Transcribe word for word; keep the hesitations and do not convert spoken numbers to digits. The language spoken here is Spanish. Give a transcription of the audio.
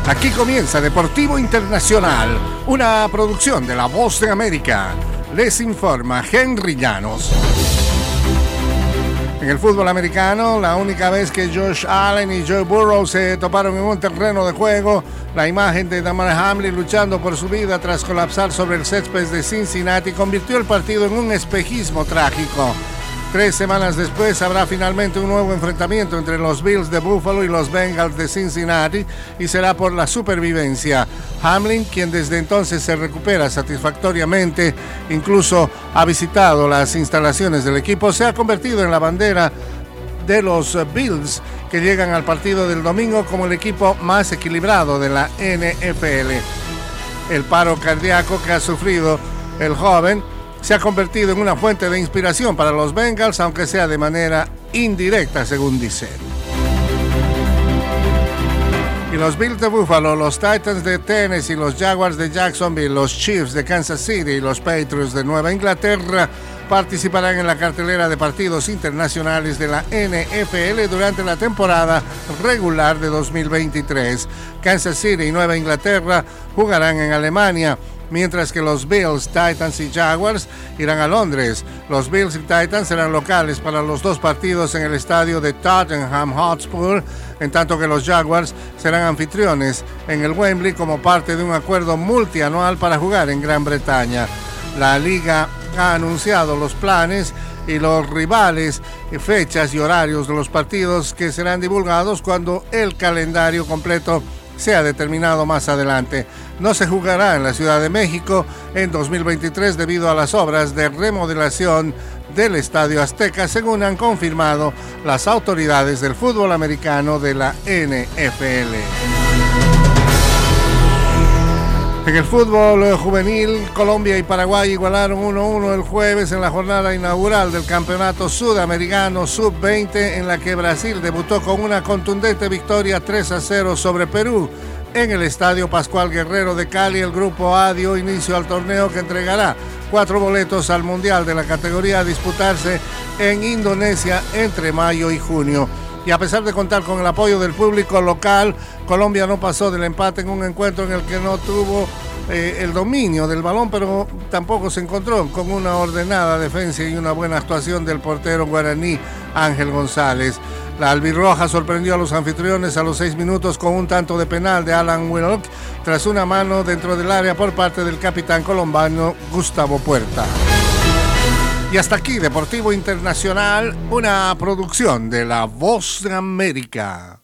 Aquí comienza Deportivo Internacional, una producción de La Voz de América. Les informa Henry Llanos. En el fútbol americano, la única vez que Josh Allen y Joe Burrow se toparon en un terreno de juego, la imagen de Damar Hamlin luchando por su vida tras colapsar sobre el césped de Cincinnati convirtió el partido en un espejismo trágico. Tres semanas después habrá finalmente un nuevo enfrentamiento entre los Bills de Buffalo y los Bengals de Cincinnati y será por la supervivencia. Hamlin, quien desde entonces se recupera satisfactoriamente, incluso ha visitado las instalaciones del equipo, se ha convertido en la bandera de los Bills, que llegan al partido del domingo como el equipo más equilibrado de la N F L. El paro cardíaco que ha sufrido el joven se ha convertido en una fuente de inspiración para los Bengals, aunque sea de manera indirecta, según dicen. Y los Bills de Buffalo, los Titans de Tennessee, los Jaguars de Jacksonville, los Chiefs de Kansas City y los Patriots de Nueva Inglaterra participarán en la cartelera de partidos internacionales de la N F L durante la temporada regular de dos mil veintitrés. Kansas City y Nueva Inglaterra jugarán en Alemania, mientras que los Bills, Titans y Jaguars irán a Londres. Los Bills y Titans serán locales para los dos partidos en el estadio de Tottenham Hotspur, en tanto que los Jaguars serán anfitriones en el Wembley como parte de un acuerdo multianual para jugar en Gran Bretaña. La liga ha anunciado los planes y los rivales, fechas y horarios de los partidos que serán divulgados cuando el calendario completo sea determinado más adelante. No se jugará en la Ciudad de México en dos mil veintitrés debido a las obras de remodelación del Estadio Azteca, según han confirmado las autoridades del fútbol americano de la N F L. En el fútbol juvenil, Colombia y Paraguay igualaron uno a uno el jueves en la jornada inaugural del Campeonato Sudamericano sub veinte, en la que Brasil debutó con una contundente victoria tres a cero sobre Perú. En el Estadio Pascual Guerrero de Cali, el Grupo A dio inicio al torneo que entregará cuatro boletos al Mundial de la categoría a disputarse en Indonesia entre mayo y junio. Y a pesar de contar con el apoyo del público local, Colombia no pasó del empate en un encuentro en el que no tuvo eh, el dominio del balón, pero tampoco se encontró con una ordenada defensa y una buena actuación del portero guaraní Ángel González. La albirroja sorprendió a los anfitriones a los seis minutos con un tanto de penal de Alan Wilk tras una mano dentro del área por parte del capitán colombano Gustavo Puerta. Y hasta aquí Deportivo Internacional, una producción de La Voz de América.